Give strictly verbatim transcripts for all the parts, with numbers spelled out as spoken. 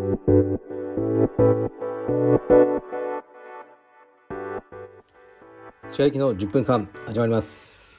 白雪のじゅっぷんかん始まります。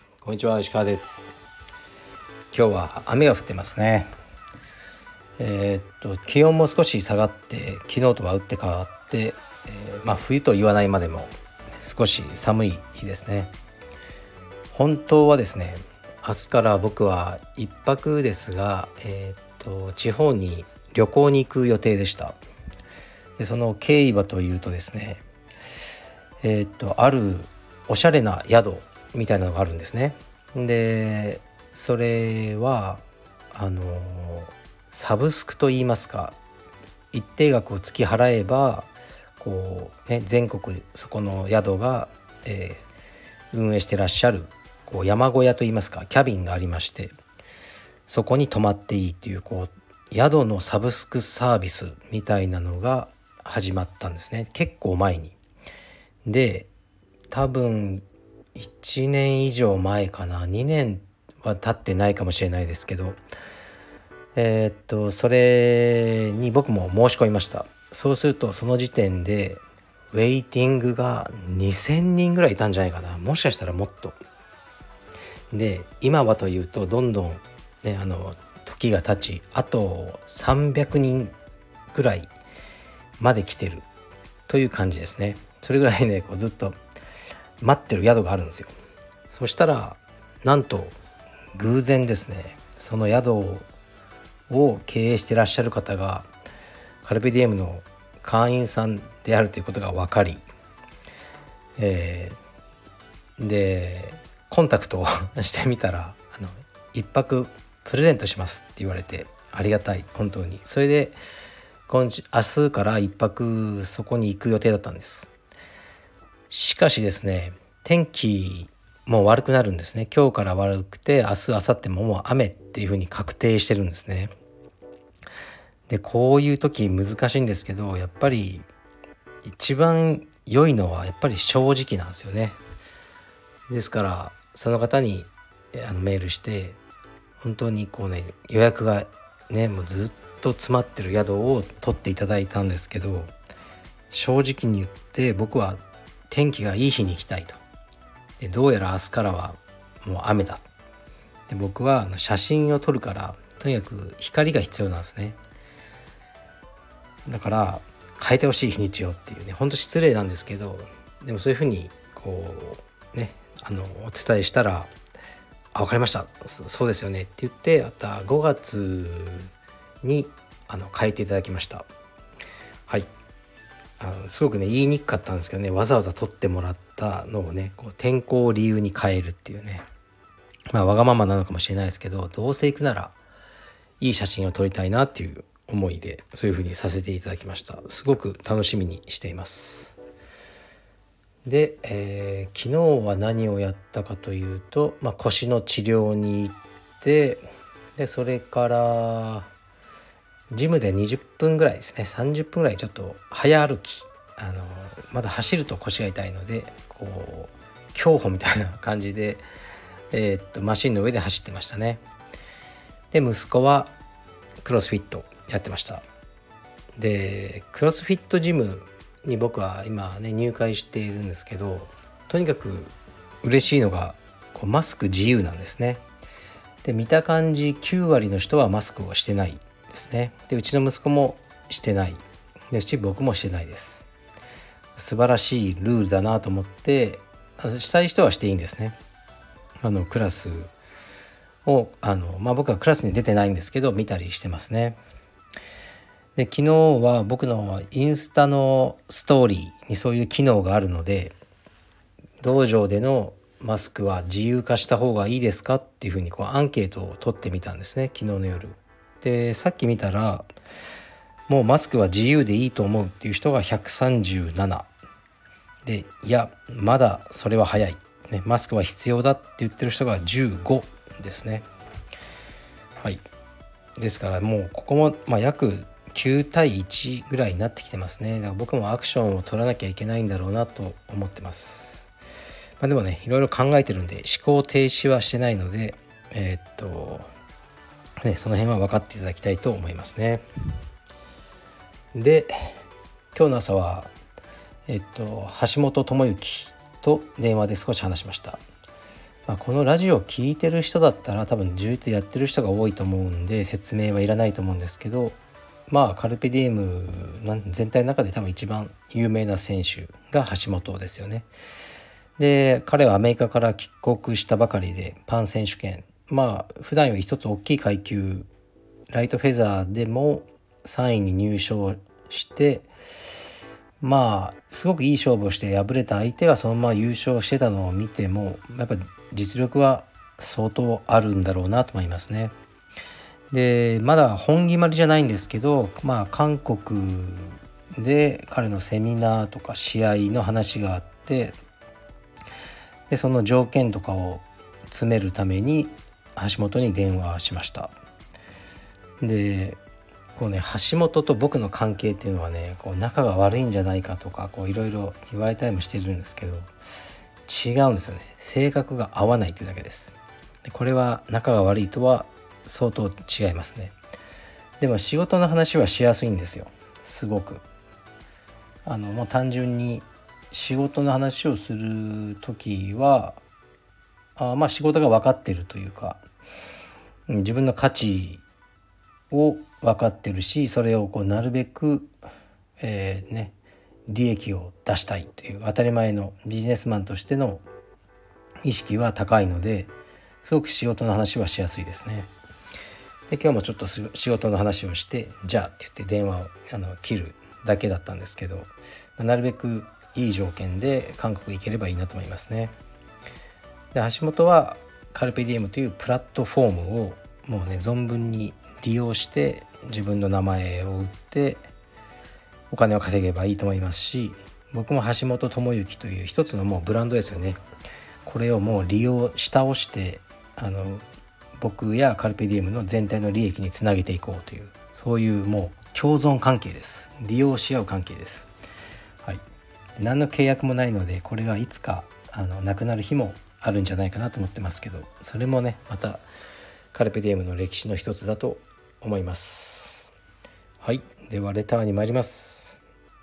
こんにちは、石川です。今日は雨が降ってますね。えー、っと気温も少し下がって昨日とは打って変わって、えー、まあ冬と言わないまでも少し寒い日ですね。本当はですね、明日から僕は一泊ですが、えー、っと地方に旅行に行く予定でした。でその経緯はというとですね、えー、っとあるおしゃれな宿みたいなのがあるんですね。でそれはあのサブスクといいますか、一定額を月払えばこう、ね、全国そこの宿が、えー、運営してらっしゃるこう山小屋といいますかキャビンがありまして、そこに泊まっていいっていうこう宿のサブスクサービスみたいなのが始まったんですね。結構前に。で多分いちねん以上前かな、にねんは経ってないかもしれないですけど、えー、っとそれに僕も申し込みました。そうするとその時点でウェイティングがにせんにんぐらいいたんじゃないかな、もしかしたらもっとで、今はというとどんどん、ね、あの時が経ち、あとさんびゃくにんぐらいまで来てるという感じですね。それぐらいねこうずっと待ってる宿があるんですよ。そしたらなんと偶然ですね、その宿を経営してらっしゃる方がカルペディエムの会員さんであるということが分かり、えー、でコンタクトをしてみたら、あの一泊プレゼントしますって言われて、ありがたい、本当に。それで今明日から一泊そこに行く予定だったんです。しかしですね、天気も悪くなるんですね。今日から悪くて、明日明後日ももう雨っていう風に確定してるんですね。でこういう時難しいんですけど、やっぱり一番良いのはやっぱり正直なんですよね。ですからその方にあのメールして、本当にこうね予約がねもうずっと詰まってる宿を取っていただいたんですけど、正直に言って僕は天気がいい日に行きたいと。でどうやら明日からはもう雨だ。で僕は写真を撮るからとにかく光が必要なんですね。だから変えてほしい日にちをっていうね、ほんと失礼なんですけど、でもそういうふうにこうねあのお伝えしたら、あ分かりました、そそうですよねって言って、またごがつにあの変えていただきました。はい、あのすごくね言いにくかったんですけどね、わざわざ撮ってもらったのをねこう天候を理由に変えるっていうね、まあわがままなのかもしれないですけど、どうせ行くならいい写真を撮りたいなっていう思いでそういう風にさせていただきました。すごく楽しみにしています。で、えー、昨日は何をやったかというと、まあ、腰の治療に行って、でそれからジムでにじゅっぷんぐらいですね、さんじゅっぷんぐらいちょっと早歩き、あのまだ走ると腰が痛いのでこう競歩みたいな感じで、えー、っとマシンの上で走ってましたね。で息子はクロスフィットやってました。でクロスフィットジムに僕は今ね入会しているんですけど、とにかく嬉しいのがこうマスク自由なんですね。で見た感じきゅうわりの人はマスクをしてないですね。でうちの息子もしてないですし、僕もしてないです。素晴らしいルールだなと思って、したい人はしていいんですね。あのクラスをあの、まあ、僕はクラスに出てないんですけど見たりしてますね。で昨日は僕のインスタのストーリーにそういう機能があるので、道場でのマスクは自由化した方がいいですかっていうふうにこうアンケートを取ってみたんですね、昨日の夜で。さっき見たらもうマスクは自由でいいと思うっていう人がひゃくさんじゅうななで、いやまだそれは早い、ね、マスクは必要だって言ってる人がじゅうごですね。はい、ですからもうここも、まあ、約きゅうたいいちぐらいになってきてますね。だから僕もアクションを取らなきゃいけないんだろうなと思ってます。まあ、でもねいろいろ考えてるんで思考停止はしてないので、えー、っとねその辺は分かっていただきたいと思いますね。 で今日の朝はえっと橋本智之と電話で少し話しました。まあ、このラジオを聞いてる人だったら多分充実やってる人が多いと思うんで説明はいらないと思うんですけど、まあカルペディエム全体の中で多分一番有名な選手が橋本ですよね。で彼はアメリカから帰国したばかりでパン選手権、まあ普段より一つ大きい階級ライトフェザーでもさんいに入賞して、まあすごくいい勝負をして敗れた相手がそのまま優勝してたのを見てもやっぱり実力は相当あるんだろうなと思いますね。でまだ本決まりじゃないんですけど、まあ韓国で彼のセミナーとか試合の話があって、でその条件とかを詰めるために橋本に電話しました。でこうね橋本と僕の関係っていうのはねこう仲が悪いんじゃないかとかこういろいろ言われたりもしてるんですけど、違うんですよね。性格が合わないというだけです。でこれは仲が悪いとは相当違いますね。でも仕事の話はしやすいんですよ。すごくあのもう単純に仕事の話をするときはあまあ仕事が分かってるというか自分の価値を分かってるし、それをこうなるべく、えー、ね利益を出したいという当たり前のビジネスマンとしての意識は高いので、すごく仕事の話はしやすいですね。で今日もちょっと仕事の話をしてじゃあって言って電話をあの切るだけだったんですけど、なるべくいい条件で韓国行ければいいなと思いますね。で橋本はカルペディエムというプラットフォームをもうね存分に利用して自分の名前を売ってお金を稼げばいいと思いますし、僕も橋本智之という一つのもうブランドですよね。これをもう利用し倒してあの僕やカルペディエムの全体の利益につなげていこうという、そういうもう共存関係です。利用し合う関係です。はい、何の契約もないのでこれがいつかあのなくなる日もあるんじゃないかなと思ってますけど、それもねまたカルペディエムの歴史の一つだと思います。はい、ではレターに参ります。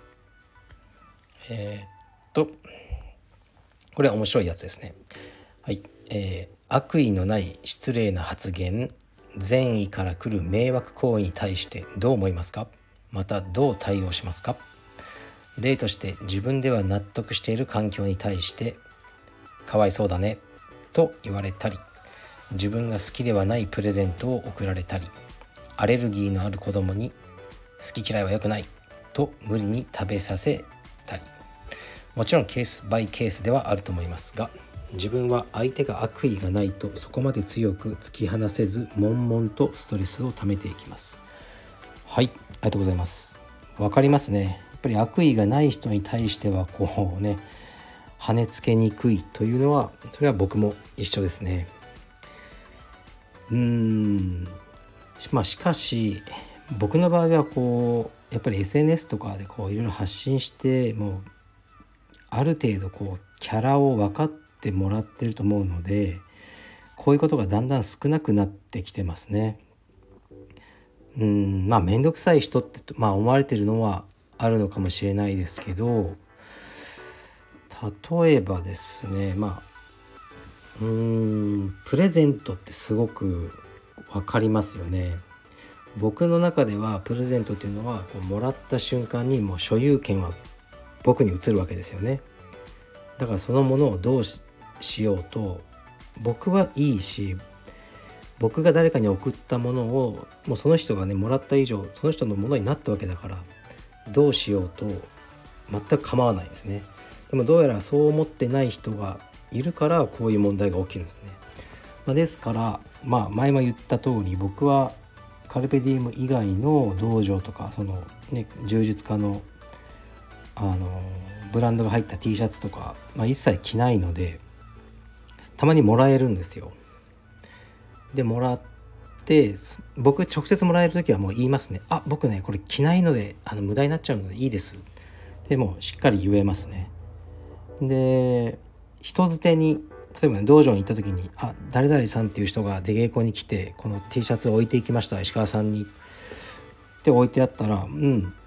えー、っとこれは面白いやつですね。はい、えー、悪意のない失礼な発言、善意から来る迷惑行為に対してどう思いますか？またどう対応しますか？例として自分では納得している環境に対してかわいそうだねと言われたり、自分が好きではないプレゼントを贈られたり、アレルギーのある子供に好き嫌いは良くないと無理に食べさせたり、もちろんケースバイケースではあると思いますが、自分は相手が悪意がないとそこまで強く突き放せず悶々とストレスを溜めていきます。はい、ありがとうございます。わかりますね。やっぱり悪意がない人に対してはこうね跳ねつけにくいというのはそれは僕も一緒ですね。うーんまあしかし僕の場合はこうやっぱり エスエヌエス とかでこういろいろ発信してもうある程度こうキャラを分かってもらってると思うので、こういうことがだんだん少なくなってきてますね。うんまあ面倒くさい人って、まあ、思われてるのはあるのかもしれないですけど、例えばですねまあうーんプレゼントってすごく分かりますよね。僕の中ではプレゼントっていうのはこうもらった瞬間にもう所有権は僕に移るわけですよね。だからそのものをどう し, しようと僕はいいし、僕が誰かに送ったものをもうその人がねもらった以上その人のものになったわけだから、どうしようと全く構わないですね。でもどうやらそう思ってない人がいるからこういう問題が起きるんですね。まあ、ですからまあ前も言った通り僕はカルペディエム以外の道場とかそのね柔術家のあのブランドが入った T シャツとか、まあ、一切着ないのでたまにもらえるんですよ。でもらって僕直接もらえるときはもう言いますね。あ僕ねこれ着ないのであの無駄になっちゃうのでいいですでもしっかり言えますね。で人づてに例えば、ね、道場に行った時にあ誰々さんっていう人が出稽古に来てこの T シャツを置いていきました石川さんにって置いてあったら、うん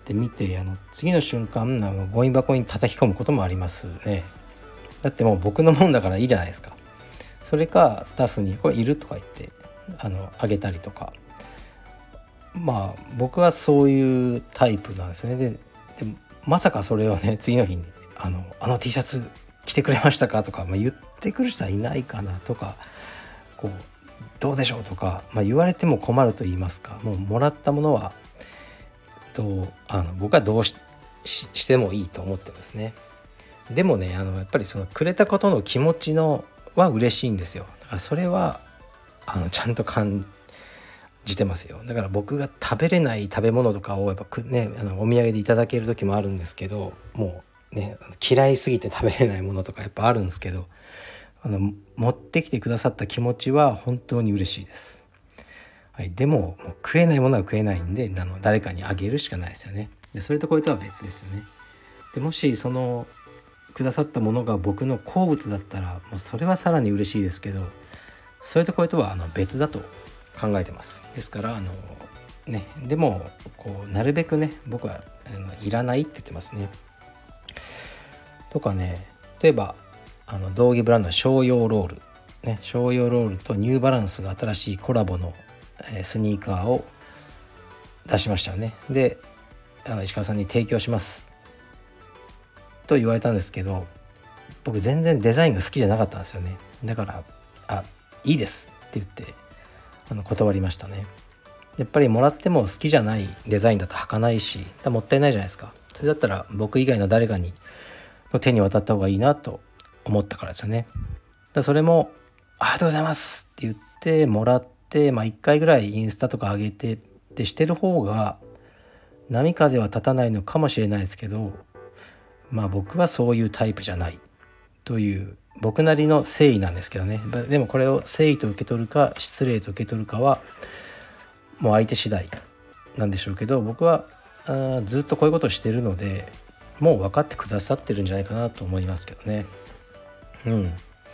ってみて、あの次の瞬間あのゴミ箱に叩き込むこともありますね。だってもう僕のもんだからいいじゃないですか。それかスタッフにこれいるとか言ってあのあげたりとか、まあ僕はそういうタイプなんですよね。で、でまさかそれをね次の日にあのあの T シャツ着てくれましたかとか、まあ、言ってくる人はいないかなとか、こうどうでしょうとか、まあ、言われても困ると言いますか、もうもらったものはどうあの僕はどう し, し, してもいいと思ってますね。でもねあのやっぱりそのくれたことの気持ちのは嬉しいんですよ。だからそれはあのちゃんと感じてますよ。だから僕が食べれない食べ物とかをやっぱねあのお土産でいただける時もあるんですけど、もうね嫌いすぎて食べれないものとかやっぱあるんですけど、あの持ってきてくださった気持ちは本当に嬉しいです。はい、でも、もう食えないものは食えないんであの誰かにあげるしかないですよね。でそれとこれとは別ですよね。でもしそのくださったものが僕の好物だったらもうそれはさらに嬉しいですけど、それとこれとはあの別だと考えてます。ですからあのねでもこうなるべくね僕はあのいらないって言ってますね。とかね、例えばあの道着ブランドの商用ロールね、商用ロールとニューバランスが新しいコラボの、えー、スニーカーを出しましたよね。であの石川さんに提供しますと言われたんですけど、僕全然デザインが好きじゃなかったんですよね。だからあいいですって言ってあの断りましたね。やっぱりもらっても好きじゃないデザインだと履かないしもったいないじゃないですか。それだったら僕以外の誰かにの手に渡った方がいいなと思ったからですよね。だそれもありがとうございますって言ってもらって、まあいっかいぐらいインスタとか上げてってしてる方が波風は立たないのかもしれないですけど、まあ僕はそういうタイプじゃないという僕なりの誠意なんですけどね。でもこれを誠意と受け取るか失礼と受け取るかはもう相手次第なんでしょうけど、僕はあずっとこういうことをしてるのでもう分かってくださってるんじゃないかなと思いますけどね。うん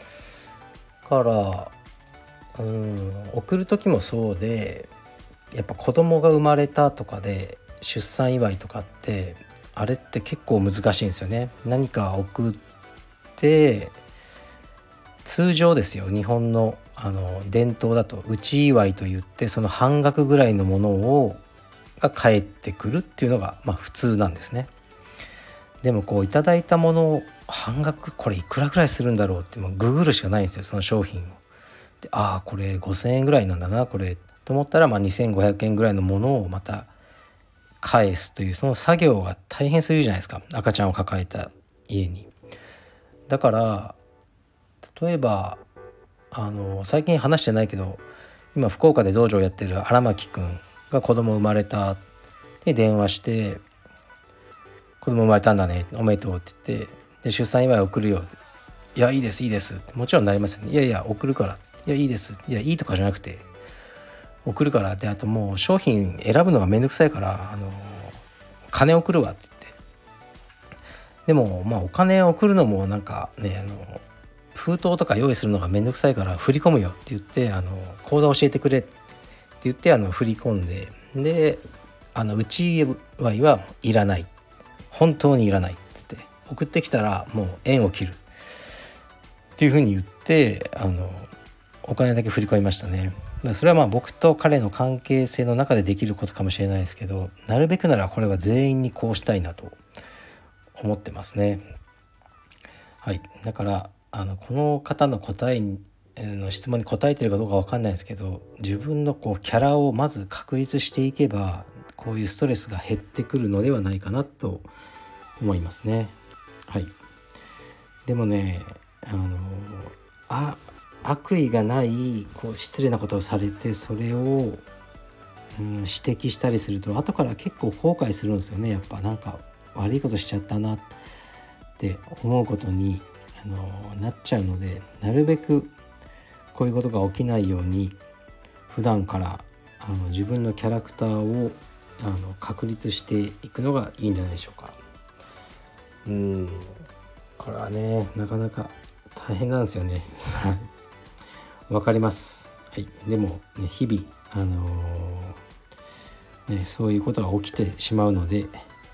からうん送る時もそうで、やっぱ子供が生まれたとかで出産祝いとかってあれって結構難しいんですよね。何か送って通常ですよ、日本のあの伝統だと内祝いといってその半額ぐらいのものをが返ってくるっていうのがまあ普通なんですね。でもこういただいたものを半額これいくらぐらいするんだろうってもうググるしかないんですよ、その商品を。でああこれごせんえんぐらいなんだなこれと思ったら、まあにせんごひゃくえんぐらいのものをまた返すというその作業が大変すぎるじゃないですか、赤ちゃんを抱えた家に。だから例えばあの最近話してないけど今福岡で道場やってる荒牧くんが子供生まれたで電話して子供生まれたんだねおめでとうって言って、で出産祝い送るよ、いやいいですいいですってもちろんなりますよね。いやいや送るから、いやいいです、いやいいとかじゃなくて送るからで、あともう商品選ぶのがめんどくさいからあの金送るわって言って、でもまあお金送るのもなんかねあの封筒とか用意するのがめんどくさいから振り込むよって言ってあの口座教えてくれって言ってあの振り込んで、であの内祝いはいらない本当にいらないって言って送ってきたらもう縁を切るっていうふうに言ってあのお金だけ振り込みましたね。だからそれはまあ僕と彼の関係性の中でできることかもしれないですけど、なるべくならこれは全員にこうしたいなと思ってますね。はい、だからあのこの方の答えの質問に答えてるかどうか分かんないですけど、自分のこうキャラをまず確立していけばこういうストレスが減ってくるのではないかなと思いますね。はい。でもねあのあ悪意がないこう失礼なことをされてそれを、うん、指摘したりすると後から結構後悔するんですよね。やっぱなんか悪いことしちゃったなって思うことにあのなっちゃうので、なるべくこういうことが起きないように普段からあの自分のキャラクターをあの確立していくのがいいんじゃないでしょうか。うんこれはねなかなか大変なんですよねわかります、はい、でも、ね、日々、あのーね、そういうことが起きてしまうので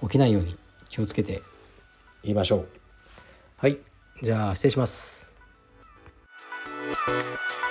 起きないように気をつけていましょう。はい、じゃあ失礼します。